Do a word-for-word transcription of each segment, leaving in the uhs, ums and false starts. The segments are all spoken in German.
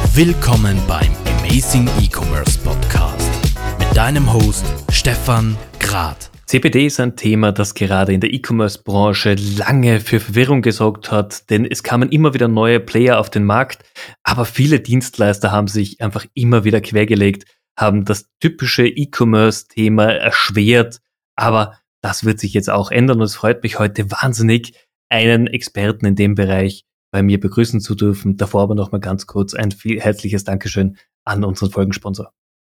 Willkommen beim Amazing E-Commerce Podcast mit deinem Host Stefan Grad. C B D ist ein Thema, das gerade in der E-Commerce-Branche lange für Verwirrung gesorgt hat, denn es kamen immer wieder neue Player auf den Markt, aber viele Dienstleister haben sich einfach immer wieder quergelegt, haben das typische E-Commerce-Thema erschwert, aber das wird sich jetzt auch ändern und es freut mich heute wahnsinnig, einen Experten in dem Bereich bei mir begrüßen zu dürfen. Davor aber noch mal ganz kurz ein viel herzliches Dankeschön an unseren Folgensponsor.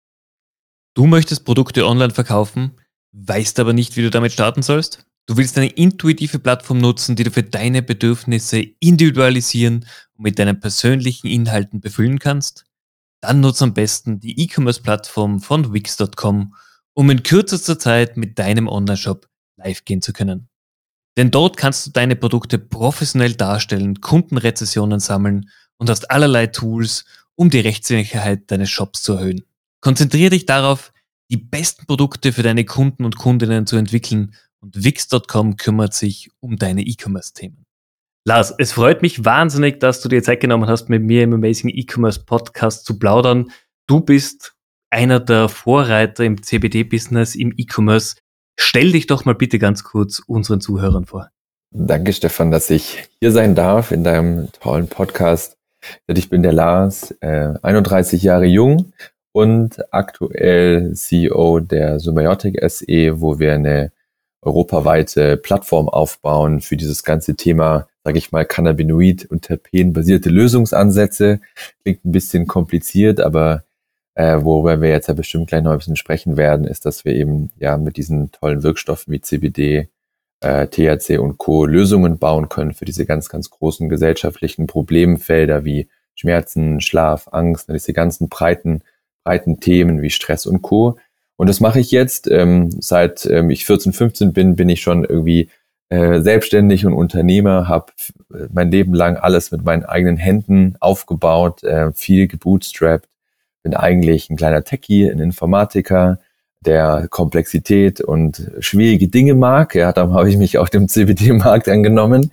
Du möchtest Produkte online verkaufen, weißt aber nicht, wie du damit starten sollst? Du willst eine intuitive Plattform nutzen, die du für deine Bedürfnisse individualisieren und mit deinen persönlichen Inhalten befüllen kannst? Dann nutze am besten die E-Commerce-Plattform von Wix Punkt com, um in kürzester Zeit mit deinem Online-Shop live gehen zu können. Denn dort kannst du deine Produkte professionell darstellen, Kundenrezessionen sammeln und hast allerlei Tools, um die Rechtssicherheit deines Shops zu erhöhen. Konzentriere dich darauf, die besten Produkte für deine Kunden und Kundinnen zu entwickeln und Wix Punkt com kümmert sich um deine E-Commerce-Themen. Lars, es freut mich wahnsinnig, dass du dir Zeit genommen hast, mit mir im Amazing E-Commerce Podcast zu plaudern. Du bist einer der Vorreiter im C B D-Business, im E-Commerce. Stell dich doch mal bitte ganz kurz unseren Zuhörern vor. Danke, Stefan, dass ich hier sein darf in deinem tollen Podcast. Ich bin der Lars, äh, einunddreißig Jahre jung und aktuell C E O der Symbiotic S E, wo wir eine europaweite Plattform aufbauen für dieses ganze Thema, sage ich mal, Cannabinoid- und Terpen-basierte Lösungsansätze. Klingt ein bisschen kompliziert, aber äh, worüber wir jetzt ja bestimmt gleich noch ein bisschen sprechen werden, ist, dass wir eben ja mit diesen tollen Wirkstoffen wie C B D, äh, T H C und Co. Lösungen bauen können für diese ganz, ganz großen gesellschaftlichen Problemfelder wie Schmerzen, Schlaf, Angst, diese ganzen breiten breiten Themen wie Stress und Co. Und das mache ich jetzt. Ähm, seit ähm, ich vierzehn, fünfzehn bin, bin ich schon irgendwie äh, selbstständig und Unternehmer, habe mein Leben lang alles mit meinen eigenen Händen aufgebaut, äh, viel gebootstrapped, bin eigentlich ein kleiner Techie, ein Informatiker, der Komplexität und schwierige Dinge mag. Ja, darum habe ich mich auch dem C B D-Markt angenommen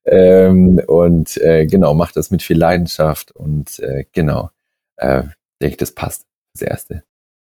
ähm, und äh, genau, mache das mit viel Leidenschaft und äh, genau, äh, denke, das passt. Das Erste.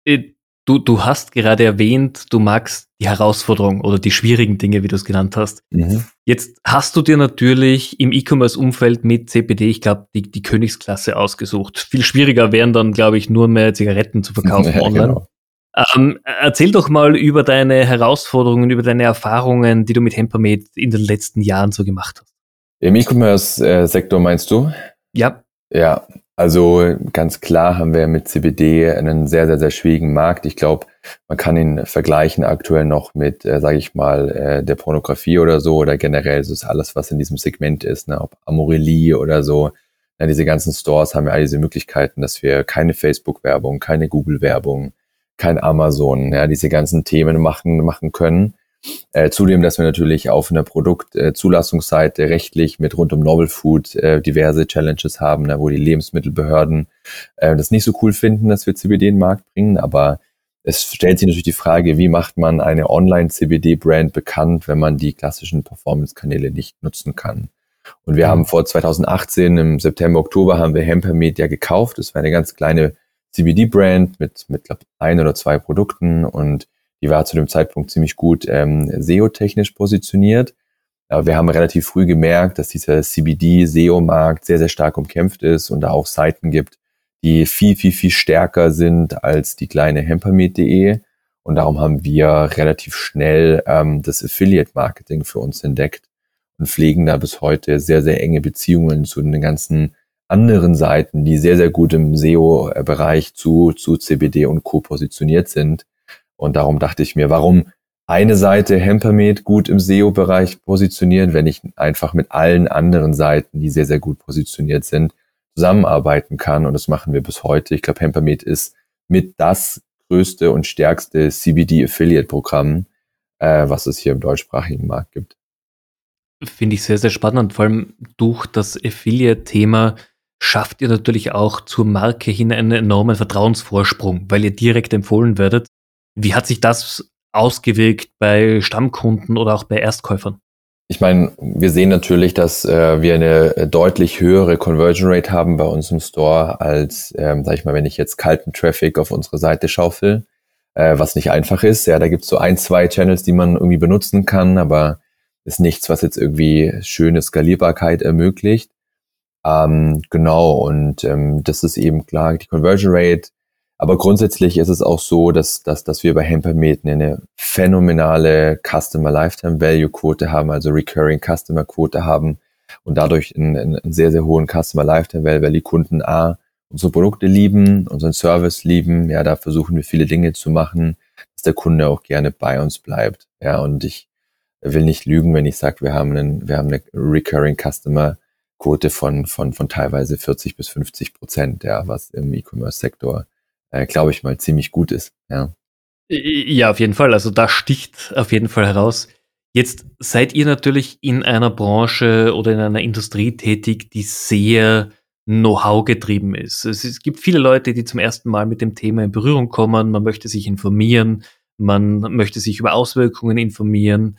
Du, du hast gerade erwähnt, du magst die Herausforderung oder die schwierigen Dinge, wie du es genannt hast. Mhm. Jetzt hast du dir natürlich im E-Commerce-Umfeld mit C B D, ich glaube, die, die Königsklasse ausgesucht. Viel schwieriger wären dann, glaube ich, nur mehr Zigaretten zu verkaufen ja, online. Genau. Ähm, erzähl doch mal über deine Herausforderungen, über deine Erfahrungen, die du mit Hempermed in den letzten Jahren so gemacht hast. Im E-Commerce-Sektor meinst du? Ja. Ja. Also ganz klar haben wir mit C B D einen sehr, sehr, sehr schwierigen Markt. Ich glaube, man kann ihn vergleichen aktuell noch mit, äh, sage ich mal, äh, der Pornografie oder so oder generell so ist alles, was in diesem Segment ist, ne? Ob Amorelie oder so. Ja, diese ganzen Stores haben ja all diese Möglichkeiten, dass wir keine Facebook-Werbung, keine Google-Werbung, kein Amazon, ja, diese ganzen Themen machen machen können. Äh, zudem, dass wir natürlich auf einer Produktzulassungsseite äh, rechtlich mit rund um Novel Food äh, diverse Challenges haben, ne, wo die Lebensmittelbehörden äh, das nicht so cool finden, dass wir C B D in den Markt bringen. Aber es stellt sich natürlich die Frage, wie macht man eine Online-C B D-Brand bekannt, wenn man die klassischen Performance-Kanäle nicht nutzen kann. Und wir mhm. haben vor zwanzig achtzehn, im September, Oktober, haben wir Hempermed ja gekauft. Das war eine ganz kleine C B D-Brand mit, mit glaub, ein oder zwei Produkten und die war zu dem Zeitpunkt ziemlich gut ähm, S E O-technisch positioniert. Aber wir haben relativ früh gemerkt, dass dieser C B D-S E O-Markt sehr, sehr stark umkämpft ist und da auch Seiten gibt, die viel, viel, viel stärker sind als die kleine Hempermed punkt de. Und darum haben wir relativ schnell ähm, das Affiliate-Marketing für uns entdeckt und pflegen da bis heute sehr, sehr enge Beziehungen zu den ganzen anderen Seiten, die sehr, sehr gut im S E O-Bereich zu, zu C B D und Co. positioniert sind. Und darum dachte ich mir, warum eine Seite Hempermed gut im S E O-Bereich positionieren, wenn ich einfach mit allen anderen Seiten, die sehr, sehr gut positioniert sind, zusammenarbeiten kann. Und das machen wir bis heute. Ich glaube, Hempermed ist mit das größte und stärkste C B D-Affiliate-Programm, äh, was es hier im deutschsprachigen Markt gibt. Finde ich sehr, sehr spannend. Vor allem durch das Affiliate-Thema schafft ihr natürlich auch zur Marke hin einen enormen Vertrauensvorsprung, weil ihr direkt empfohlen werdet. Wie hat sich das ausgewirkt bei Stammkunden oder auch bei Erstkäufern? Ich meine, wir sehen natürlich, dass äh, wir eine deutlich höhere Conversion Rate haben bei uns im Store als, ähm, sag ich mal, wenn ich jetzt kalten Traffic auf unsere Seite schaufel, äh, was nicht einfach ist. Ja, da gibt's so ein, zwei Channels, die man irgendwie benutzen kann, aber ist nichts, was jetzt irgendwie schöne Skalierbarkeit ermöglicht. Ähm, genau, und ähm, das ist eben klar, die Conversion Rate. Aber grundsätzlich ist es auch so, dass, dass, dass wir bei Hempermed eine phänomenale Customer Lifetime Value Quote haben, also Recurring Customer Quote haben und dadurch einen, einen sehr, sehr hohen Customer Lifetime Value, weil die Kunden A, unsere Produkte lieben, unseren Service lieben. Ja, da versuchen wir viele Dinge zu machen, dass der Kunde auch gerne bei uns bleibt. Ja, und ich will nicht lügen, wenn ich sage, wir haben einen, wir haben eine Recurring Customer Quote von, von, von teilweise vierzig bis fünfzig Prozent, ja, was im E-Commerce-Sektor Äh, glaube ich mal, ziemlich gut ist, ja. Ja, auf jeden Fall. Also da sticht auf jeden Fall heraus. Jetzt seid ihr natürlich in einer Branche oder in einer Industrie tätig, die sehr Know-how getrieben ist. Es, es gibt viele Leute, die zum ersten Mal mit dem Thema in Berührung kommen. Man möchte sich informieren, man möchte sich über Auswirkungen informieren.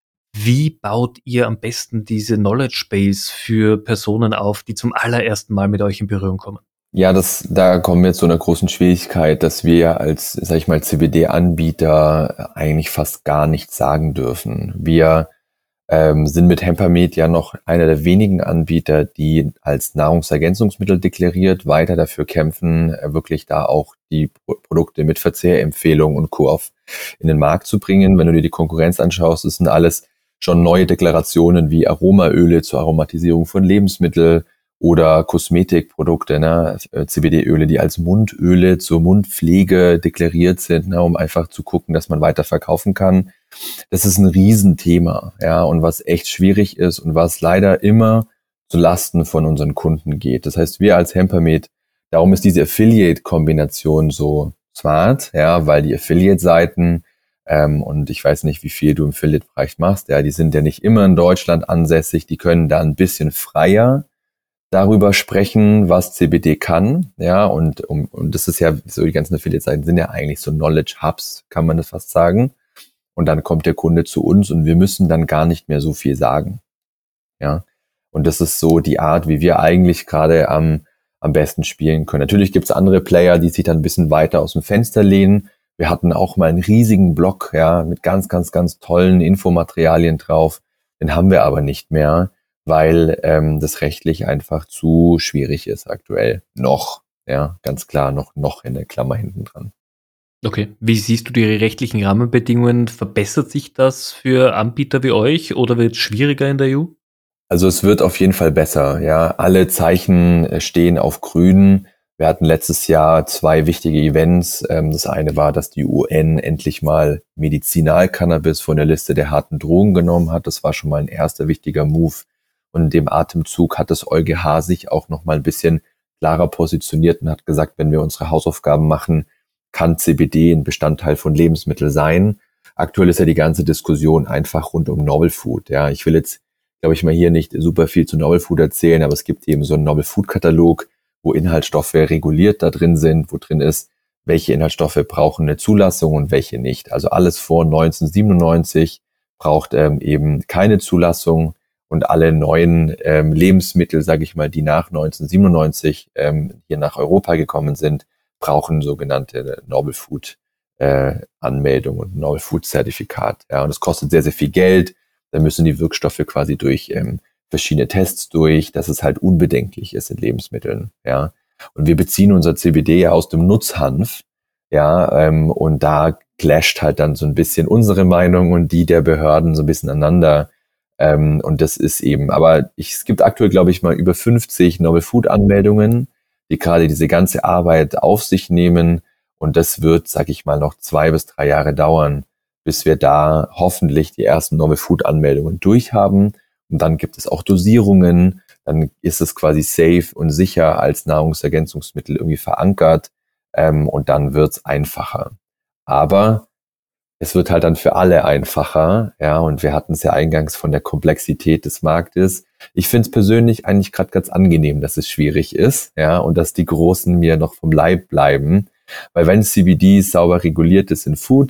Wie baut ihr am besten diese Knowledge Base für Personen auf, die zum allerersten Mal mit euch in Berührung kommen? Ja, das, da kommen wir zu einer großen Schwierigkeit, dass wir als, sag ich mal, C B D-Anbieter eigentlich fast gar nichts sagen dürfen. Wir ähm, sind mit Hempermed ja noch einer der wenigen Anbieter, die als Nahrungsergänzungsmittel deklariert weiter dafür kämpfen, wirklich da auch die Pro- Produkte mit Verzehrempfehlungen und Co. auf in den Markt zu bringen. Wenn du dir die Konkurrenz anschaust, das sind alles schon neue Deklarationen wie Aromaöle zur Aromatisierung von Lebensmitteln oder Kosmetikprodukte, ne, C B D-Öle, die als Mundöle zur Mundpflege deklariert sind, ne, um einfach zu gucken, dass man weiter verkaufen kann. Das ist ein Riesenthema, ja, und was echt schwierig ist und was leider immer zu Lasten von unseren Kunden geht. Das heißt, wir als Hempermed, darum ist diese Affiliate-Kombination so smart, ja, weil die Affiliate-Seiten ähm, und ich weiß nicht, wie viel du im Affiliate-Bereich machst, ja, die sind ja nicht immer in Deutschland ansässig, die können da ein bisschen freier darüber sprechen, was C B D kann, ja, und, um, und das ist ja, so die ganzen Affiliate-Seiten sind ja eigentlich so Knowledge-Hubs, kann man das fast sagen. Und dann kommt der Kunde zu uns und wir müssen dann gar nicht mehr so viel sagen, ja. Und das ist so die Art, wie wir eigentlich gerade am, am besten spielen können. Natürlich gibt's andere Player, die sich dann ein bisschen weiter aus dem Fenster lehnen. Wir hatten auch mal einen riesigen Blog, ja, mit ganz, ganz, ganz tollen Infomaterialien drauf. Den haben wir aber nicht mehr, weil ähm, das rechtlich einfach zu schwierig ist aktuell. Noch, ja, ganz klar, noch, noch in der Klammer hinten dran. Okay. Wie siehst du die rechtlichen Rahmenbedingungen? Verbessert sich das für Anbieter wie euch oder wird es schwieriger in der E U? Also es wird auf jeden Fall besser, ja. Alle Zeichen stehen auf grün. Wir hatten letztes Jahr zwei wichtige Events. Das eine war, dass die U N endlich mal Medizinalcannabis von der Liste der harten Drogen genommen hat. Das war schon mal ein erster wichtiger Move. Und in dem Atemzug hat das EuGH sich auch noch mal ein bisschen klarer positioniert und hat gesagt, wenn wir unsere Hausaufgaben machen, kann C B D ein Bestandteil von Lebensmitteln sein. Aktuell ist ja die ganze Diskussion einfach rund um Novel Food. Ja, ich will jetzt, glaube ich, mal hier nicht super viel zu Novel Food erzählen, aber es gibt eben so einen Novel Food Katalog, wo Inhaltsstoffe reguliert da drin sind, wo drin ist, welche Inhaltsstoffe brauchen eine Zulassung und welche nicht. Also alles vor neunzehnhundertsiebenundneunzig braucht ähm, eben keine Zulassung. Und alle neuen ähm, Lebensmittel, sage ich mal, die nach neunzehnhundertsiebenundneunzig ähm, hier nach Europa gekommen sind, brauchen sogenannte Novel Food äh, Anmeldung und Novel Food Zertifikat. Ja, und das kostet sehr, sehr viel Geld. Da müssen die Wirkstoffe quasi durch ähm, verschiedene Tests durch, dass es halt unbedenklich ist in Lebensmitteln. Ja, und wir beziehen unser C B D aus dem Nutzhanf. Ja, ähm, und da clasht halt dann so ein bisschen unsere Meinung und die der Behörden so ein bisschen aneinander. Ähm, und das ist eben, aber ich, es gibt aktuell, glaube ich, mal über fünfzig Novel Food Anmeldungen, die gerade diese ganze Arbeit auf sich nehmen. Und das wird, sag ich mal, noch zwei bis drei Jahre dauern, bis wir da hoffentlich die ersten Novel Food Anmeldungen durchhaben. Und dann gibt es auch Dosierungen. Dann ist es quasi safe und sicher als Nahrungsergänzungsmittel irgendwie verankert. Ähm, und dann wird's einfacher. Aber es wird halt dann für alle einfacher, ja, und wir hatten es ja eingangs von der Komplexität des Marktes. Ich finde es persönlich eigentlich gerade ganz angenehm, dass es schwierig ist, ja, und dass die Großen mir noch vom Leib bleiben, weil wenn C B D sauber reguliert ist in Food,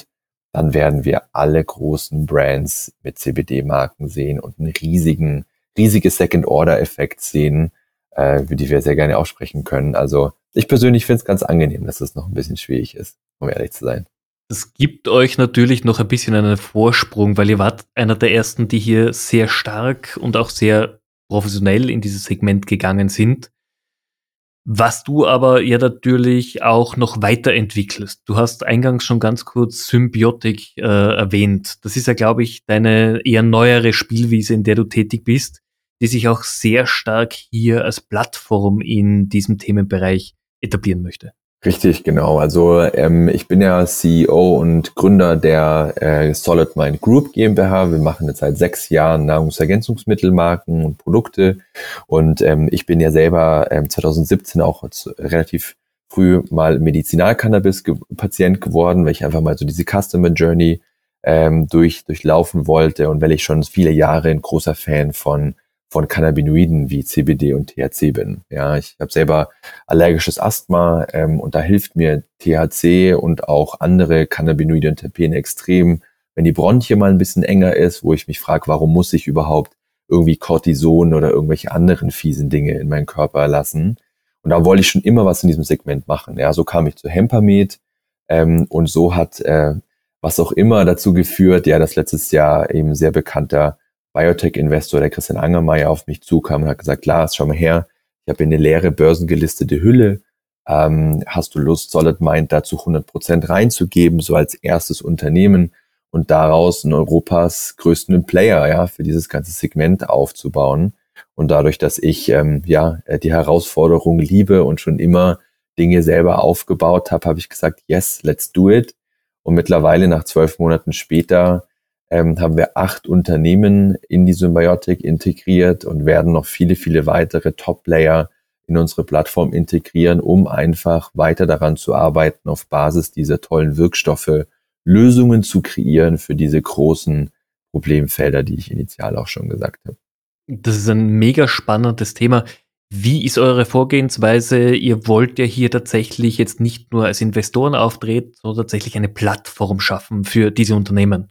dann werden wir alle großen Brands mit C B D-Marken sehen und einen riesigen, riesiges Second-Order-Effekt sehen, äh, über die wir sehr gerne auch sprechen können. Also ich persönlich finde es ganz angenehm, dass es noch ein bisschen schwierig ist, um ehrlich zu sein. Das gibt euch natürlich noch ein bisschen einen Vorsprung, weil ihr wart einer der ersten, die hier sehr stark und auch sehr professionell in dieses Segment gegangen sind. Was du aber ja natürlich auch noch weiterentwickelst. Du hast eingangs schon ganz kurz Symbiotic äh, erwähnt. Das ist ja, glaube ich, deine eher neuere Spielwiese, in der du tätig bist, die sich auch sehr stark hier als Plattform in diesem Themenbereich etablieren möchte. Richtig, genau. Also ähm, ich bin ja C E O und Gründer der äh, Solid Mind Group GmbH. Wir machen jetzt seit sechs Jahren Nahrungsergänzungsmittelmarken und Produkte. Und ähm, ich bin ja selber ähm, zwanzig siebzehn auch relativ früh mal Medizinalcannabis-Patient geworden, weil ich einfach mal so diese Customer Journey ähm, durch durchlaufen wollte und weil ich schon viele Jahre ein großer Fan von von Cannabinoiden wie C B D und T H C bin. Ja, ich habe selber allergisches Asthma ähm, und da hilft mir T H C und auch andere Cannabinoide und Terpene extrem, wenn die Bronchie mal ein bisschen enger ist, wo ich mich frage, warum muss ich überhaupt irgendwie Cortison oder irgendwelche anderen fiesen Dinge in meinen Körper lassen? Und da wollte ich schon immer was in diesem Segment machen. Ja, so kam ich zu Hempamed ähm, und so hat äh, was auch immer dazu geführt, ja, dass letztes Jahr eben sehr bekannter Biotech-Investor, der Christian Angermeier, auf mich zukam und hat gesagt, Lars, schau mal her, ich habe hier eine leere börsengelistete Hülle. Ähm, hast du Lust, Solid Mind dazu hundert Prozent reinzugeben, so als erstes Unternehmen und daraus in Europas größten Player, ja, für dieses ganze Segment aufzubauen? Und dadurch, dass ich ähm, ja die Herausforderung liebe und schon immer Dinge selber aufgebaut habe, habe ich gesagt, yes, let's do it. Und mittlerweile, nach zwölf Monaten später, ähm, haben wir acht Unternehmen in die Symbiotic integriert und werden noch viele, viele weitere Top-Player in unsere Plattform integrieren, um einfach weiter daran zu arbeiten, auf Basis dieser tollen Wirkstoffe Lösungen zu kreieren für diese großen Problemfelder, die ich initial auch schon gesagt habe. Das ist ein mega spannendes Thema. Wie ist eure Vorgehensweise? Ihr wollt ja hier tatsächlich jetzt nicht nur als Investoren auftreten, sondern tatsächlich eine Plattform schaffen für diese Unternehmen.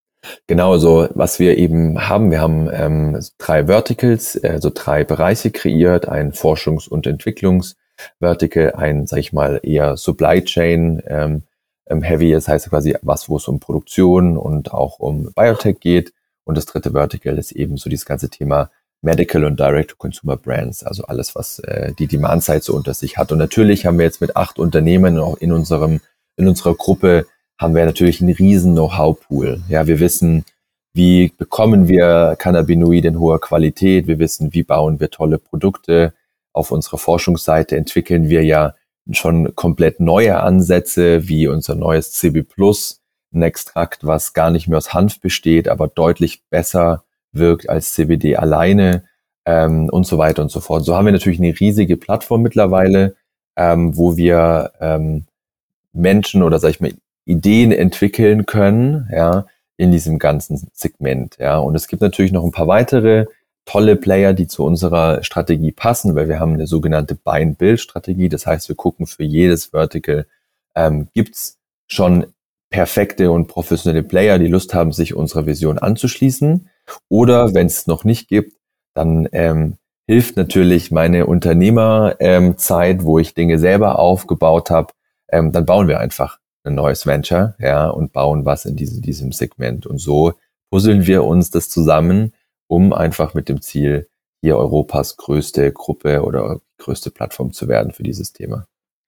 Genau, so was wir eben haben, wir haben ähm, drei Verticals, also drei Bereiche kreiert, ein Forschungs- und Entwicklungsvertical, ein, sag ich mal, eher Supply Chain ähm, Heavy, das heißt quasi was, wo es um Produktion und auch um Biotech geht. Und das dritte Vertical ist eben so dieses ganze Thema Medical und Direct-to-Consumer Brands, also alles, was äh, die Demand-Side so unter sich hat. Und natürlich haben wir jetzt mit acht Unternehmen auch in unserem in unserer Gruppe haben wir natürlich einen riesen Know-how-Pool. Ja, wir wissen, wie bekommen wir Cannabinoide in hoher Qualität, wir wissen, wie bauen wir tolle Produkte. Auf unserer Forschungsseite entwickeln wir ja schon komplett neue Ansätze, wie unser neues C B Plus, ein Extrakt, was gar nicht mehr aus Hanf besteht, aber deutlich besser wirkt als C B D alleine ähm, und so weiter und so fort. So haben wir natürlich eine riesige Plattform mittlerweile, ähm, wo wir ähm, Menschen oder sag ich mal Ideen entwickeln können, ja, in diesem ganzen Segment, ja. Und es gibt natürlich noch ein paar weitere tolle Player, die zu unserer Strategie passen, weil wir haben eine sogenannte Buy-and-Build-Strategie. Das heißt, wir gucken für jedes Vertical, ähm, gibt's schon perfekte und professionelle Player, die Lust haben, sich unserer Vision anzuschließen. Oder wenn es noch nicht gibt, dann ähm, hilft natürlich meine Unternehmerzeit, ähm, wo ich Dinge selber aufgebaut habe. Ähm, dann bauen wir einfach ein neues Venture, ja, und bauen was in diese, diesem Segment. Und so puzzeln wir uns das zusammen, um einfach mit dem Ziel, hier Europas größte Gruppe oder größte Plattform zu werden für dieses Thema.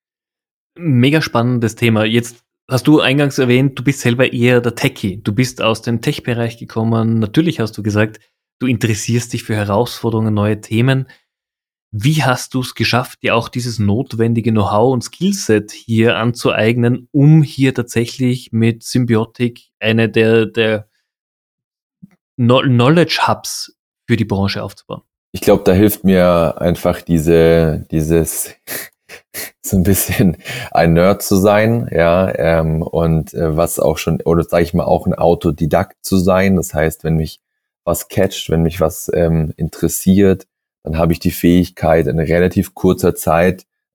Mega spannendes Thema. Jetzt hast du eingangs erwähnt, du bist selber eher der Techie. Du bist aus dem Tech-Bereich gekommen. Natürlich hast du gesagt, du interessierst dich für Herausforderungen, neue Themen. Wie hast du es geschafft, dir auch dieses notwendige Know-how und Skillset hier anzueignen, um hier tatsächlich mit Symbiotic eine der, der Knowledge Hubs für die Branche aufzubauen? Ich glaube, da hilft mir einfach diese, dieses so ein bisschen ein Nerd zu sein, ja, ähm, und äh, was auch schon, oder sage ich mal, auch ein Autodidakt zu sein. Das heißt, wenn mich was catcht, wenn mich was ähm, interessiert, dann habe ich die Fähigkeit, in relativ kurzer Zeit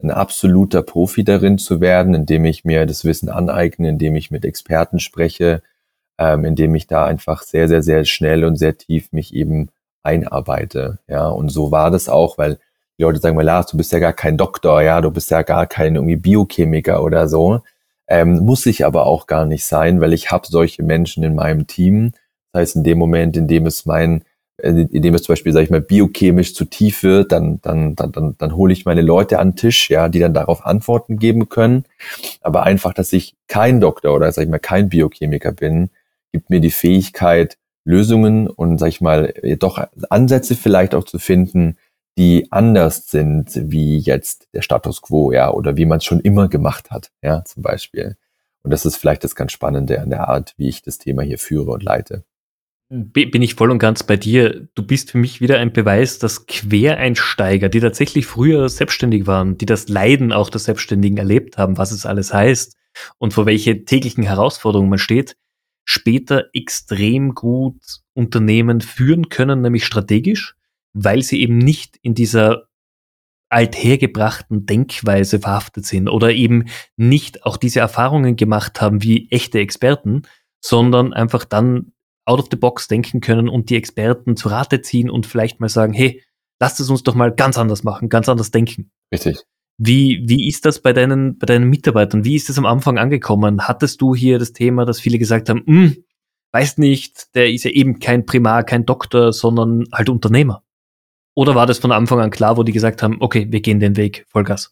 ein absoluter Profi darin zu werden, indem ich mir das Wissen aneigne, indem ich mit Experten spreche, ähm, indem ich da einfach sehr, sehr, sehr schnell und sehr tief mich eben einarbeite. Ja, und so war das auch, weil die Leute sagen mir, Lars, du bist ja gar kein Doktor, ja, du bist ja gar kein irgendwie Biochemiker oder so. Ähm, muss ich aber auch gar nicht sein, weil ich habe solche Menschen in meinem Team. Das heißt, in dem Moment, in dem es mein, äh, in dem es zum Beispiel, sag ich mal, biochemisch zu tief wird, dann, dann, dann, dann, dann hole ich meine Leute an den Tisch, ja, die dann darauf Antworten geben können. Aber einfach, dass ich kein Doktor oder, sag ich mal, kein Biochemiker bin, gibt mir die Fähigkeit, Lösungen und, sag ich mal, doch Ansätze vielleicht auch zu finden, die anders sind wie jetzt der Status quo, ja, oder wie man es schon immer gemacht hat, ja, zum Beispiel. Und das ist vielleicht das ganz Spannende an der Art, wie ich das Thema hier führe und leite. Bin ich voll und ganz bei dir. Du bist für mich wieder ein Beweis, dass Quereinsteiger, die tatsächlich früher selbstständig waren, die das Leiden auch der Selbstständigen erlebt haben, was es alles heißt und vor welche täglichen Herausforderungen man steht, später extrem gut Unternehmen führen können, nämlich strategisch, weil sie eben nicht in dieser althergebrachten Denkweise verhaftet sind oder eben nicht auch diese Erfahrungen gemacht haben wie echte Experten, sondern einfach dann out of the box denken können und die Experten zu Rate ziehen und vielleicht mal sagen, hey, lasst es uns doch mal ganz anders machen, ganz anders denken. Richtig. Wie, wie ist das bei deinen, bei deinen Mitarbeitern? Wie ist das am Anfang angekommen? Hattest du hier das Thema, dass viele gesagt haben, hm, weiß nicht, der ist ja eben kein Primar, kein Doktor, sondern halt Unternehmer? Oder war das von Anfang an klar, wo die gesagt haben, okay, wir gehen den Weg, Vollgas?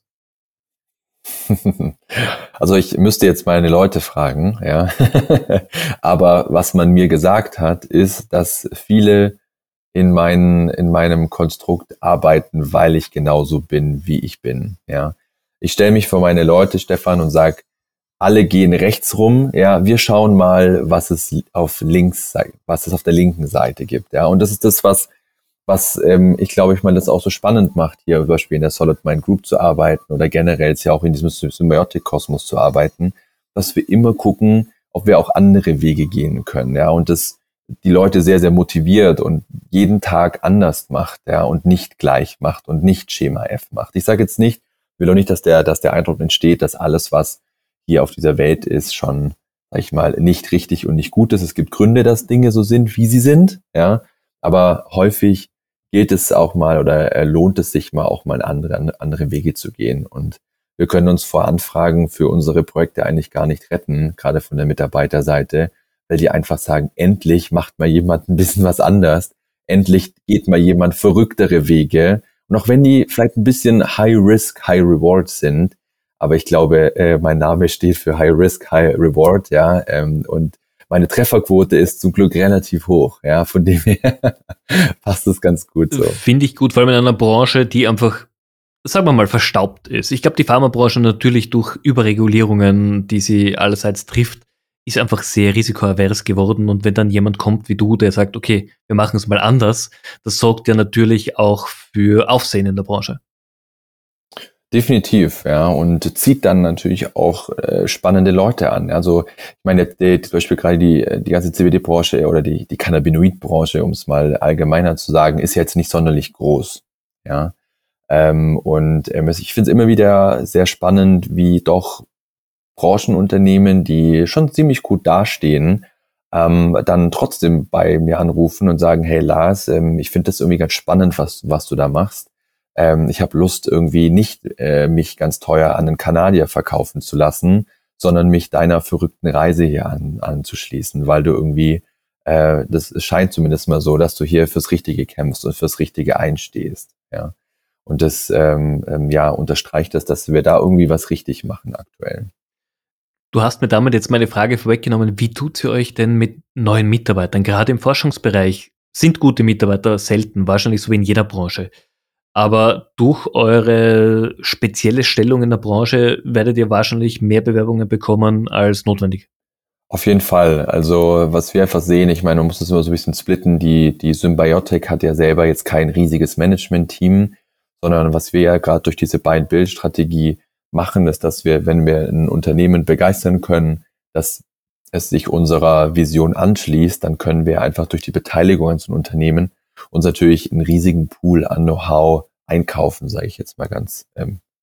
Also ich müsste jetzt meine Leute fragen, ja. Aber was man mir gesagt hat, ist, dass viele in meinen, in meinem Konstrukt arbeiten, weil ich genauso bin, wie ich bin, ja. Ich stelle mich vor meine Leute, Stefan, und sage, alle gehen rechts rum, ja, wir schauen mal, was es auf links, was es auf der linken Seite gibt, ja. Und das ist das, was was ähm, ich glaube, ich mal das auch so spannend macht, hier zum Beispiel in der Solid Mind Group zu arbeiten oder generell ja auch in diesem Symbiotic-Kosmos zu arbeiten, dass wir immer gucken, ob wir auch andere Wege gehen können, ja, und das die Leute sehr, sehr motiviert und jeden Tag anders macht, ja, und nicht gleich macht und nicht Schema F macht. Ich sage jetzt nicht, ich will auch nicht, dass der, dass der Eindruck entsteht, dass alles, was hier auf dieser Welt ist, schon, sag ich mal, nicht richtig und nicht gut ist. Es gibt Gründe, dass Dinge so sind, wie sie sind, ja, aber häufig gilt es auch mal oder lohnt es sich mal auch mal andere, andere Wege zu gehen. Und wir können uns vor Anfragen für unsere Projekte eigentlich gar nicht retten, gerade von der Mitarbeiterseite, weil die einfach sagen, endlich macht mal jemand ein bisschen was anders. Endlich geht mal jemand verrücktere Wege. Und auch wenn die vielleicht ein bisschen High Risk, High Reward sind, aber ich glaube, äh, mein Name steht für High Risk, High Reward, ja, ähm, und meine Trefferquote ist zum Glück relativ hoch, ja, von dem her passt es ganz gut so. Finde ich gut, vor allem in einer Branche, die einfach, sagen wir mal, verstaubt ist. Ich glaube, die Pharmabranche natürlich durch Überregulierungen, die sie allerseits trifft, ist einfach sehr risikoavers geworden. Und wenn dann jemand kommt wie du, der sagt, okay, wir machen es mal anders, das sorgt ja natürlich auch für Aufsehen in der Branche. Definitiv, ja, und zieht dann natürlich auch äh, spannende Leute an. Also ich meine, die, zum Beispiel gerade die die ganze C B D-Branche oder die die Cannabinoid-Branche, um es mal allgemeiner zu sagen, ist jetzt nicht sonderlich groß, ja. Ähm, und ähm, ich finde es immer wieder sehr spannend, wie doch Branchenunternehmen, die schon ziemlich gut dastehen, ähm, dann trotzdem bei mir anrufen und sagen, hey Lars, ähm, ich finde das irgendwie ganz spannend, was was du da machst. Ähm, ich habe Lust, irgendwie nicht äh, mich ganz teuer an einen Kanadier verkaufen zu lassen, sondern mich deiner verrückten Reise hier an, anzuschließen, weil du irgendwie, äh, das scheint zumindest mal so, dass du hier fürs Richtige kämpfst und fürs Richtige einstehst. Ja. Und das ähm, ähm, ja, unterstreicht das, dass wir da irgendwie was richtig machen aktuell. Du hast mir damit jetzt meine Frage vorweggenommen, wie tut ihr euch denn mit neuen Mitarbeitern? Gerade im Forschungsbereich sind gute Mitarbeiter selten, wahrscheinlich so wie in jeder Branche. Aber durch eure spezielle Stellung in der Branche werdet ihr wahrscheinlich mehr Bewerbungen bekommen als notwendig. Auf jeden Fall. Also was wir einfach sehen, ich meine, man muss das immer so ein bisschen splitten, die die Symbiotic hat ja selber jetzt kein riesiges Management-Team, sondern was wir ja gerade durch diese Buy-and-Build-Strategie machen, ist, dass wir, wenn wir ein Unternehmen begeistern können, dass es sich unserer Vision anschließt, dann können wir einfach durch die Beteiligung an so einem Unternehmen uns natürlich einen riesigen Pool an Know-how einkaufen, sage ich jetzt mal ganz ähm,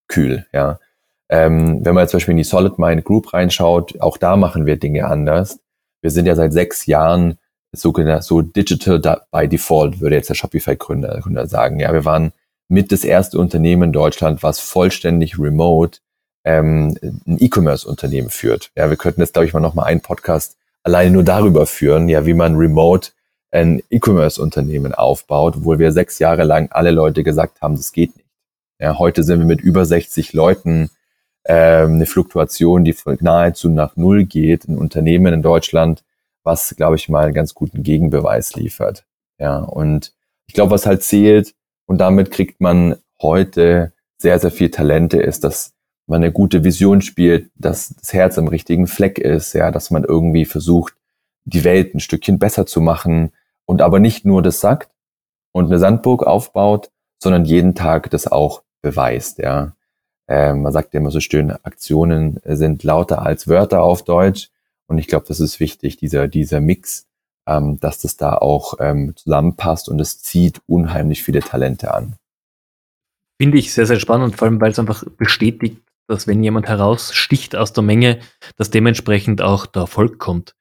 kühl, ja. Ähm, wenn man jetzt zum Beispiel in die Solid Mind Group reinschaut, auch da machen wir Dinge anders. Wir sind ja seit sechs Jahren sogenannt so digital by default, würde jetzt der Shopify-Gründer Gründer sagen. Ja, wir waren mit das erste Unternehmen in Deutschland, was vollständig remote ähm, ein E-Commerce-Unternehmen führt. Ja, wir könnten jetzt, glaube ich, mal nochmal einen Podcast alleine nur darüber führen, ja, wie man remote ein E-Commerce-Unternehmen aufbaut, obwohl wir sechs Jahre lang alle Leute gesagt haben, das geht nicht. Ja, heute sind wir mit über sechzig Leuten, ähm, eine Fluktuation, die nahezu nach Null geht, ein Unternehmen in Deutschland, was, glaube ich, mal einen ganz guten Gegenbeweis liefert. Ja, und ich glaube, was halt zählt, und damit kriegt man heute sehr, sehr viel Talente, ist, dass man eine gute Vision spielt, dass das Herz am richtigen Fleck ist, ja, dass man irgendwie versucht, die Welt ein Stückchen besser zu machen und aber nicht nur das sagt und eine Sandburg aufbaut, sondern jeden Tag das auch beweist, ja. Ähm, man sagt ja immer so schön, Aktionen sind lauter als Wörter auf Deutsch. Und ich glaube, das ist wichtig, dieser, dieser Mix, ähm, dass das da auch ähm, zusammenpasst und es zieht unheimlich viele Talente an. Finde ich sehr, sehr spannend, vor allem, weil es einfach bestätigt, dass wenn jemand heraussticht aus der Menge, dass dementsprechend auch der Erfolg kommt.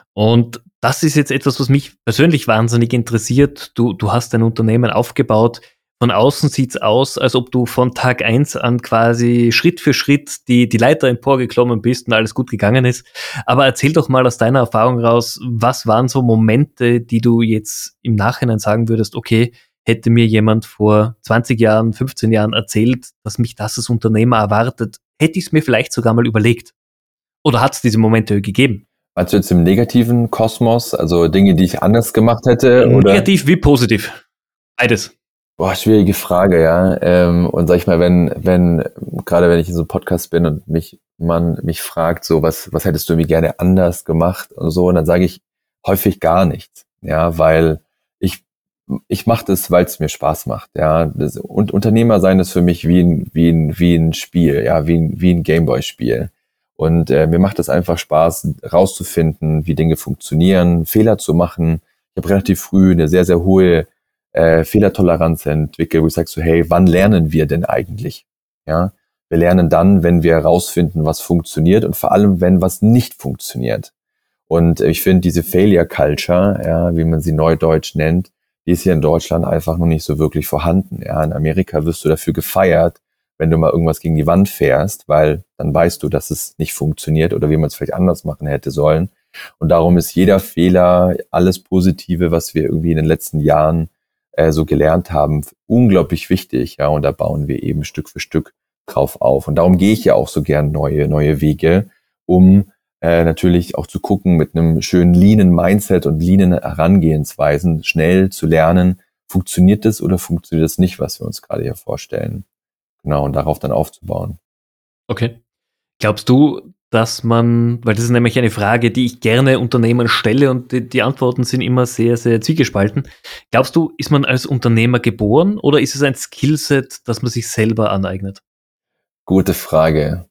Und das ist jetzt etwas, was mich persönlich wahnsinnig interessiert. Du, du hast ein Unternehmen aufgebaut. Von außen sieht's aus, als ob du von Tag eins an quasi Schritt für Schritt die, die Leiter emporgeklommen bist und alles gut gegangen ist. Aber erzähl doch mal aus deiner Erfahrung raus, was waren so Momente, die du jetzt im Nachhinein sagen würdest, okay, hätte mir jemand vor zwanzig Jahren, fünfzehn Jahren erzählt, dass mich das als Unternehmer erwartet, hätte ich es mir vielleicht sogar mal überlegt. Oder hat es diese Momente gegeben? Meinst du jetzt im negativen Kosmos, also Dinge, die ich anders gemacht hätte? Oder? Negativ wie positiv? Beides. Boah, schwierige Frage, ja. Ähm, und sag ich mal, wenn, wenn, gerade wenn ich in so einem Podcast bin und mich, man mich fragt, so, was, was hättest du irgendwie gerne anders gemacht und so, und dann sage ich häufig gar nichts, ja, weil ich, ich mache das, weil es mir Spaß macht, ja. Das, und Unternehmer sein ist für mich wie ein, wie ein, wie ein Spiel, ja, wie ein, wie ein Gameboy-Spiel. Und äh, mir macht es einfach Spaß, rauszufinden, wie Dinge funktionieren, Fehler zu machen. Ich habe relativ früh eine sehr, sehr hohe Äh, Fehlertoleranz entwickelt, wo ich sage so, hey, wann lernen wir denn eigentlich? Ja, wir lernen dann, wenn wir herausfinden, was funktioniert und vor allem, wenn was nicht funktioniert. Und ich finde, diese Failure Culture, ja, wie man sie neudeutsch nennt, die ist hier in Deutschland einfach noch nicht so wirklich vorhanden. Ja, in Amerika wirst du dafür gefeiert, wenn du mal irgendwas gegen die Wand fährst, weil dann weißt du, dass es nicht funktioniert oder wie man es vielleicht anders machen hätte sollen. Und darum ist jeder Fehler, alles Positive, was wir irgendwie in den letzten Jahren so gelernt haben, unglaublich wichtig, ja, und da bauen wir eben Stück für Stück drauf auf. Und darum gehe ich ja auch so gern neue, neue Wege, um äh, natürlich auch zu gucken, mit einem schönen leanen Mindset und leanen Herangehensweisen schnell zu lernen, funktioniert das oder funktioniert das nicht, was wir uns gerade hier vorstellen. Genau, und darauf dann aufzubauen. Okay. Glaubst du, dass man, weil das ist nämlich eine Frage, die ich gerne Unternehmern stelle und die, die Antworten sind immer sehr, sehr zwiegespalten. Glaubst du, ist man als Unternehmer geboren oder ist es ein Skillset, das man sich selber aneignet? Gute Frage.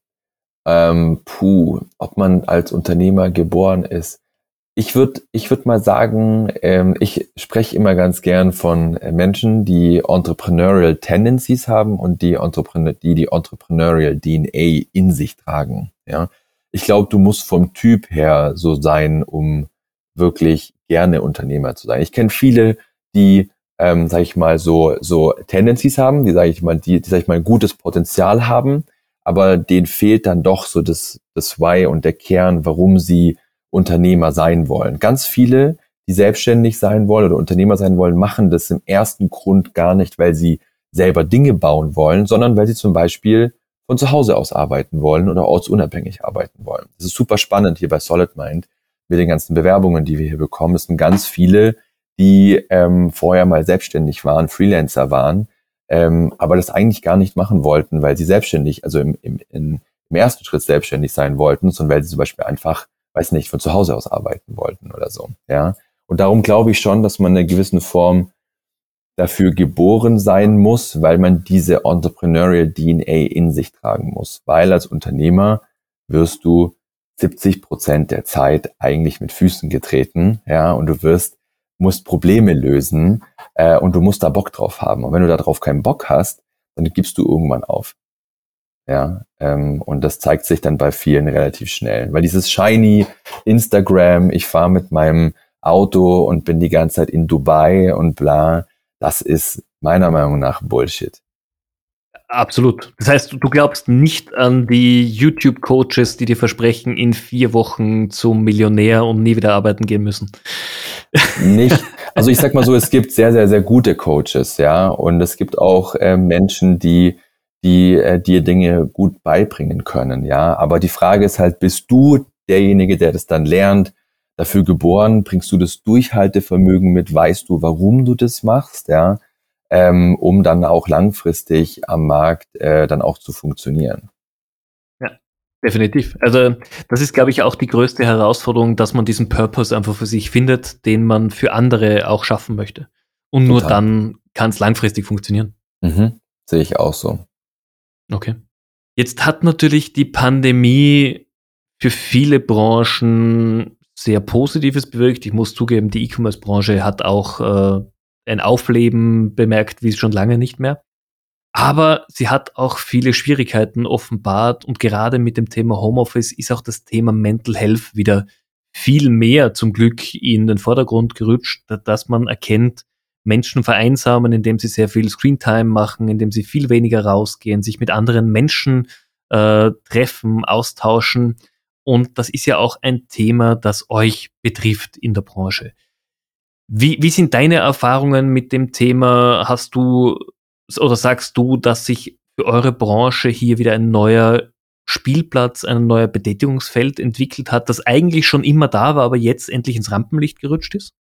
Ähm, puh, ob man als Unternehmer geboren ist. Ich würde ich würd mal sagen, ähm, ich spreche immer ganz gern von Menschen, die Entrepreneurial Tendencies haben und die Entrepreneur, die, die Entrepreneurial D N A in sich tragen. Ja, ich glaube, du musst vom Typ her so sein, um wirklich gerne Unternehmer zu sein. Ich kenne viele, die, ähm, sage ich mal, so so Tendencies haben, die, sage ich mal, die, die, sage ich mal, ein gutes Potenzial haben, aber denen fehlt dann doch so das das Why und der Kern, warum sie Unternehmer sein wollen. Ganz viele, die selbstständig sein wollen oder Unternehmer sein wollen, machen das im ersten Grund gar nicht, weil sie selber Dinge bauen wollen, sondern weil sie zum Beispiel von zu Hause aus arbeiten wollen oder ortsunabhängig arbeiten wollen. Das ist super spannend hier bei Solid Mind mit den ganzen Bewerbungen, die wir hier bekommen. Es sind ganz viele, die ähm, vorher mal selbstständig waren, Freelancer waren, ähm, aber das eigentlich gar nicht machen wollten, weil sie selbstständig, also im, im, im ersten Schritt selbstständig sein wollten, sondern weil sie zum Beispiel einfach weiß nicht, von zu Hause aus arbeiten wollten oder so, ja. Und darum glaube ich schon, dass man in einer gewissen Form dafür geboren sein muss, weil man diese Entrepreneurial D N A in sich tragen muss. Weil als Unternehmer wirst du siebzig Prozent der Zeit eigentlich mit Füßen getreten, ja, und du wirst, musst Probleme lösen, äh, und du musst da Bock drauf haben. Und wenn du da drauf keinen Bock hast, dann gibst du irgendwann auf. Ja, ähm, und das zeigt sich dann bei vielen relativ schnell. Weil dieses shiny Instagram, ich fahre mit meinem Auto und bin die ganze Zeit in Dubai und bla, das ist meiner Meinung nach Bullshit. Absolut. Das heißt, du glaubst nicht an die YouTube-Coaches, die dir versprechen, in vier Wochen zum Millionär und nie wieder arbeiten gehen müssen? Nicht. Also ich sag mal so, es gibt sehr, sehr, sehr gute Coaches, ja, und es gibt auch äh, Menschen, die die äh, dir Dinge gut beibringen können, ja. Aber die Frage ist halt, bist du derjenige, der das dann lernt, dafür geboren? Bringst du das Durchhaltevermögen mit? Weißt du, warum du das machst, ja? Ähm, um dann auch langfristig am Markt äh, dann auch zu funktionieren. Ja, definitiv. Also das ist, glaube ich, auch die größte Herausforderung, dass man diesen Purpose einfach für sich findet, den man für andere auch schaffen möchte. Und nur Total. dann kann es langfristig funktionieren. Mhm. Sehe ich auch so. Okay. Jetzt hat natürlich die Pandemie für viele Branchen sehr Positives bewirkt. Ich muss zugeben, die E-Commerce-Branche hat auch äh, ein Aufleben bemerkt, wie schon lange nicht mehr. Aber sie hat auch viele Schwierigkeiten offenbart und gerade mit dem Thema Homeoffice ist auch das Thema Mental Health wieder viel mehr zum Glück in den Vordergrund gerutscht, dass man erkennt, Menschen vereinsamen, indem sie sehr viel Screentime machen, indem sie viel weniger rausgehen, sich mit anderen Menschen äh, treffen, austauschen. Und das ist ja auch ein Thema, das euch betrifft in der Branche. Wie, wie sind deine Erfahrungen mit dem Thema? Hast du oder sagst du, dass sich für eure Branche hier wieder ein neuer Spielplatz, ein neuer Betätigungsfeld entwickelt hat, das eigentlich schon immer da war, aber jetzt endlich ins Rampenlicht gerutscht ist?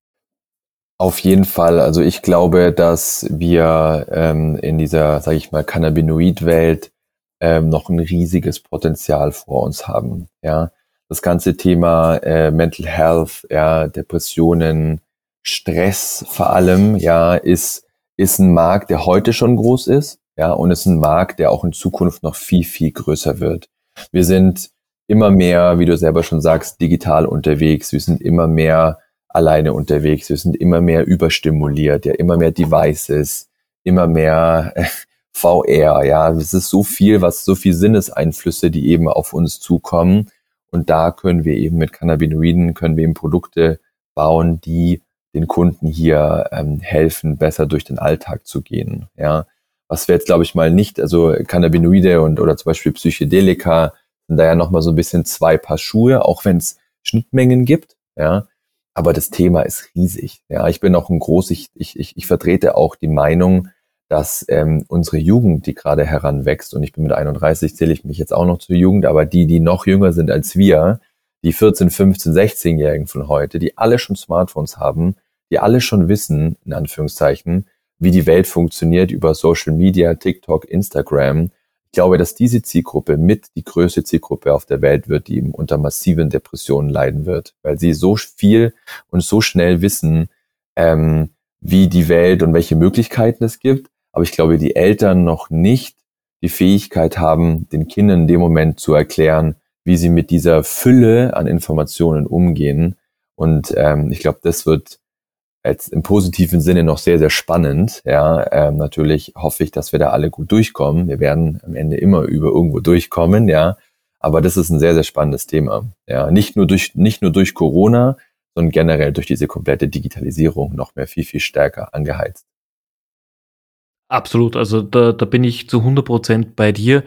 Auf jeden Fall. Also ich glaube, dass wir ähm, in dieser, sage ich mal, Cannabinoid-Welt ähm, noch ein riesiges Potenzial vor uns haben. Ja, das ganze Thema äh, Mental Health, ja, Depressionen, Stress vor allem, ja, ist ist ein Markt, der heute schon groß ist, ja, und ist ein Markt, der auch in Zukunft noch viel viel größer wird. Wir sind immer mehr, wie du selber schon sagst, digital unterwegs. Wir sind immer mehr alleine unterwegs. Wir sind immer mehr überstimuliert, ja, immer mehr Devices, immer mehr äh, V R, ja. Es ist so viel, was, so viel Sinneseinflüsse, die eben auf uns zukommen. Und da können wir eben mit Cannabinoiden, können wir eben Produkte bauen, die den Kunden hier ähm, helfen, besser durch den Alltag zu gehen, ja. Was wir jetzt, glaube ich, mal nicht, also Cannabinoide und oder zum Beispiel Psychedelika sind da ja nochmal so ein bisschen zwei Paar Schuhe, auch wenn es Schnittmengen gibt, ja. Aber das Thema ist riesig. Ja, ich bin auch ein groß, ich, ich, ich vertrete auch die Meinung, dass ähm, unsere Jugend, die gerade heranwächst, und ich bin mit einunddreißig, zähle ich mich jetzt auch noch zur Jugend, aber die, die noch jünger sind als wir, die vierzehn, fünfzehn, sechzehn-Jährigen von heute, die alle schon Smartphones haben, die alle schon wissen, in Anführungszeichen, wie die Welt funktioniert über Social Media, TikTok, Instagram. Ich glaube, dass diese Zielgruppe mit die größte Zielgruppe auf der Welt wird, die eben unter massiven Depressionen leiden wird, weil sie so viel und so schnell wissen, ähm, wie die Welt und welche Möglichkeiten es gibt. Aber ich glaube, die Eltern noch nicht die Fähigkeit haben, den Kindern in dem Moment zu erklären, wie sie mit dieser Fülle an Informationen umgehen. Und ähm, ich glaube, das wird jetzt im positiven Sinne noch sehr, sehr spannend. Ja, ähm, natürlich hoffe ich, dass wir da alle gut durchkommen. Wir werden am Ende immer über irgendwo durchkommen, ja. Aber das ist ein sehr, sehr spannendes Thema. Ja, nicht nur durch, nicht nur durch Corona, sondern generell durch diese komplette Digitalisierung noch mehr viel, viel stärker angeheizt. Absolut. Also da, da bin ich zu hundert Prozent bei dir.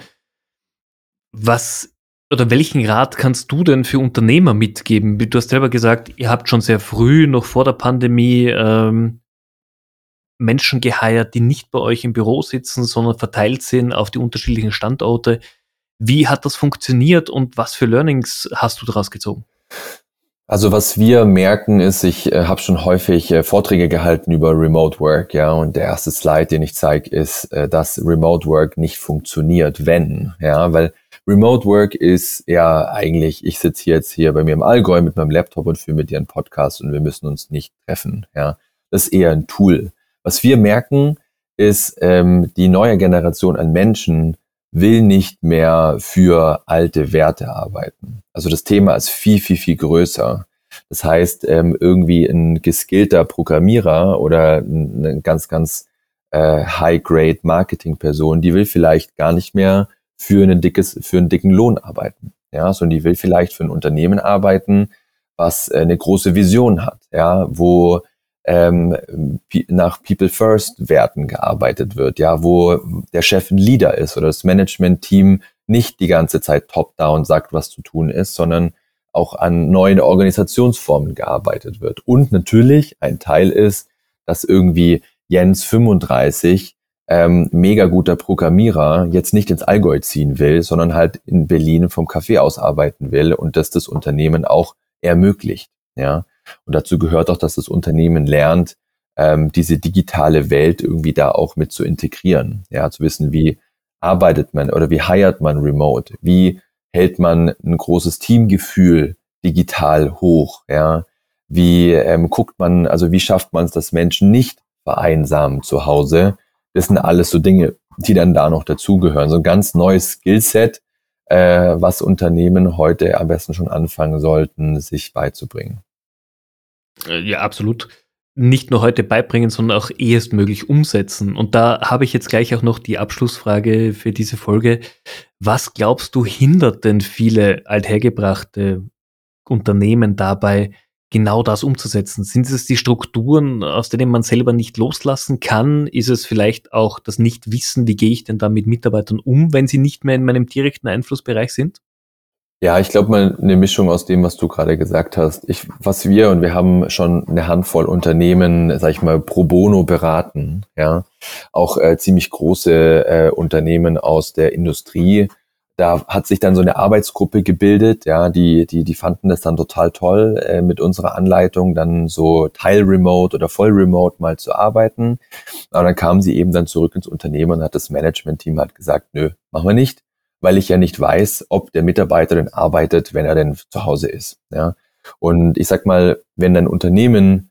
Was oder welchen Rat kannst du denn für Unternehmer mitgeben? Du hast selber gesagt, ihr habt schon sehr früh, noch vor der Pandemie, ähm, Menschen geheiert, die nicht bei euch im Büro sitzen, sondern verteilt sind auf die unterschiedlichen Standorte. Wie hat das funktioniert und was für Learnings hast du daraus gezogen? Also was wir merken ist, ich äh, habe schon häufig äh, Vorträge gehalten über Remote Work, ja, und der erste Slide, den ich zeige, ist, äh, dass Remote Work nicht funktioniert, wenn, ja, weil Remote Work ist ja eigentlich, ich sitze jetzt hier bei mir im Allgäu mit meinem Laptop und führe mit dir einen Podcast und wir müssen uns nicht treffen, ja. Das ist eher ein Tool. Was wir merken, ist, ähm, die neue Generation an Menschen will nicht mehr für alte Werte arbeiten. Also das Thema ist viel, viel, viel größer. Das heißt, ähm, irgendwie ein geskillter Programmierer oder eine ganz, ganz äh, High-Grade Marketing-Person, die will vielleicht gar nicht mehr für ein dickes, für einen dicken Lohn arbeiten. Ja, sondern die will vielleicht für ein Unternehmen arbeiten, was eine große Vision hat, ja, wo ähm, nach People First Werten gearbeitet wird, ja, wo der Chef ein Leader ist oder das Management-Team nicht die ganze Zeit top-down sagt, was zu tun ist, sondern auch an neuen Organisationsformen gearbeitet wird. Und natürlich ein Teil ist, dass irgendwie Jens fünfunddreißig, ähm, mega guter Programmierer, jetzt nicht ins Allgäu ziehen will, sondern halt in Berlin vom Café aus arbeiten will und dass das Unternehmen auch ermöglicht. Ja, und dazu gehört auch, dass das Unternehmen lernt, ähm, diese digitale Welt irgendwie da auch mit zu integrieren. Ja, zu wissen, wie arbeitet man oder wie hired man remote, wie hält man ein großes Teamgefühl digital hoch, ja, wie ähm, guckt man, also wie schafft man es, dass Menschen nicht vereinsamen zu Hause. Das sind alles so Dinge, die dann da noch dazugehören. So ein ganz neues Skillset, äh, was Unternehmen heute am besten schon anfangen sollten, sich beizubringen. Ja, absolut. Nicht nur heute beibringen, sondern auch ehestmöglich umsetzen. Und da habe ich jetzt gleich auch noch die Abschlussfrage für diese Folge. Was glaubst du, hindert denn viele althergebrachte Unternehmen dabei, genau das umzusetzen? Sind es die Strukturen, aus denen man selber nicht loslassen kann? Ist es vielleicht auch das Nichtwissen, wie gehe ich denn da mit Mitarbeitern um, wenn sie nicht mehr in meinem direkten Einflussbereich sind? Ja, ich glaube mal eine Mischung aus dem, was du gerade gesagt hast. Ich, was wir, und wir haben schon eine Handvoll Unternehmen, sag ich mal, pro bono beraten, ja, auch äh, ziemlich große äh, Unternehmen aus der Industrie. Da hat sich dann so eine Arbeitsgruppe gebildet, ja, die die die fanden das dann total toll, äh, mit unserer Anleitung dann so Teil-Remote oder Voll-Remote mal zu arbeiten. Aber dann kamen sie eben dann zurück ins Unternehmen und hat das Management-Team halt gesagt, nö, machen wir nicht, weil ich ja nicht weiß, ob der Mitarbeiter denn arbeitet, wenn er denn zu Hause ist. Ja. Und ich sag mal, wenn ein Unternehmen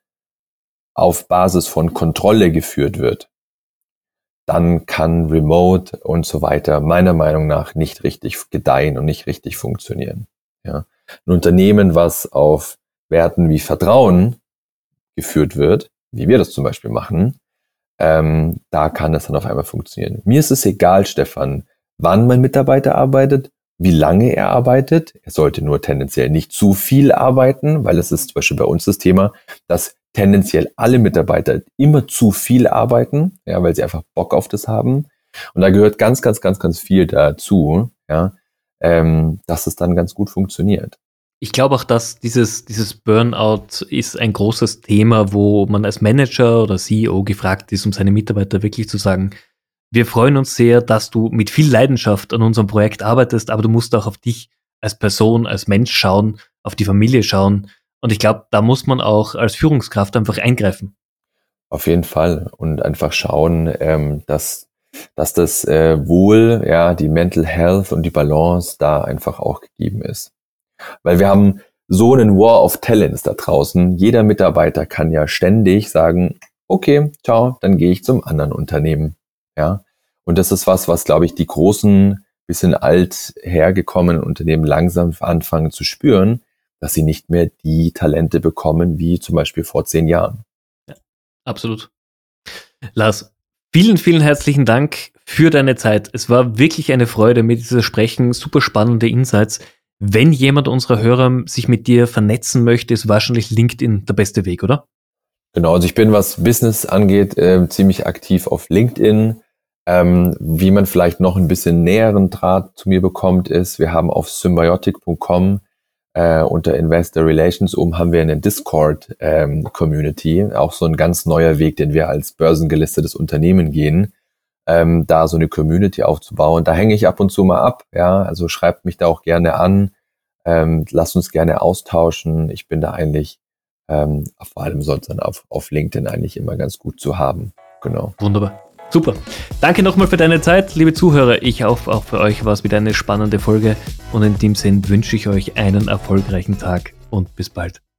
auf Basis von Kontrolle geführt wird, dann kann Remote und so weiter meiner Meinung nach nicht richtig gedeihen und nicht richtig funktionieren. Ja. Ein Unternehmen, was auf Werten wie Vertrauen geführt wird, wie wir das zum Beispiel machen, ähm, da kann das dann auf einmal funktionieren. Mir ist es egal, Stefan, wann mein Mitarbeiter arbeitet, wie lange er arbeitet. Er sollte nur tendenziell nicht zu viel arbeiten, weil es ist zum Beispiel bei uns das Thema, dass tendenziell alle Mitarbeiter immer zu viel arbeiten, ja, weil sie einfach Bock auf das haben. Und da gehört ganz, ganz, ganz, ganz viel dazu, ja, ähm, dass es dann ganz gut funktioniert. Ich glaube auch, dass dieses, dieses Burnout ist ein großes Thema, wo man als Manager oder C E O gefragt ist, um seine Mitarbeiter wirklich zu sagen, wir freuen uns sehr, dass du mit viel Leidenschaft an unserem Projekt arbeitest, aber du musst auch auf dich als Person, als Mensch schauen, auf die Familie schauen. Und ich glaube, da muss man auch als Führungskraft einfach eingreifen. Auf jeden Fall. Und einfach schauen, ähm, dass, dass das äh, Wohl, ja, die Mental Health und die Balance da einfach auch gegeben ist. Weil wir haben so einen War of Talents da draußen. Jeder Mitarbeiter kann ja ständig sagen, okay, ciao, dann gehe ich zum anderen Unternehmen. Ja, und das ist was, was, glaube ich, die großen, bisschen alt hergekommenen Unternehmen langsam anfangen zu spüren, dass sie nicht mehr die Talente bekommen, wie zum Beispiel vor zehn Jahren. Ja, absolut. Lars, vielen, vielen herzlichen Dank für deine Zeit. Es war wirklich eine Freude, mit dir zu sprechen. Super spannende Insights. Wenn jemand unserer Hörer sich mit dir vernetzen möchte, ist wahrscheinlich LinkedIn der beste Weg, oder? Genau, also ich bin, was Business angeht, äh, ziemlich aktiv auf LinkedIn. Ähm, wie man vielleicht noch ein bisschen näheren Draht zu mir bekommt, ist, wir haben auf symbiotic punkt com äh, unter Investor Relations oben haben wir eine Discord-Community, ähm, auch so ein ganz neuer Weg, den wir als börsengelistetes Unternehmen gehen, ähm, da so eine Community aufzubauen. Da hänge ich ab und zu mal ab, ja, also schreibt mich da auch gerne an, ähm, lasst uns gerne austauschen. Ich bin da eigentlich Ähm, vor allem sonst dann auf, auf LinkedIn eigentlich immer ganz gut zu haben. Genau. Wunderbar. Super. Danke nochmal für deine Zeit, liebe Zuhörer. Ich hoffe, auch für euch war es wieder eine spannende Folge. Und in dem Sinn wünsche ich euch einen erfolgreichen Tag und bis bald.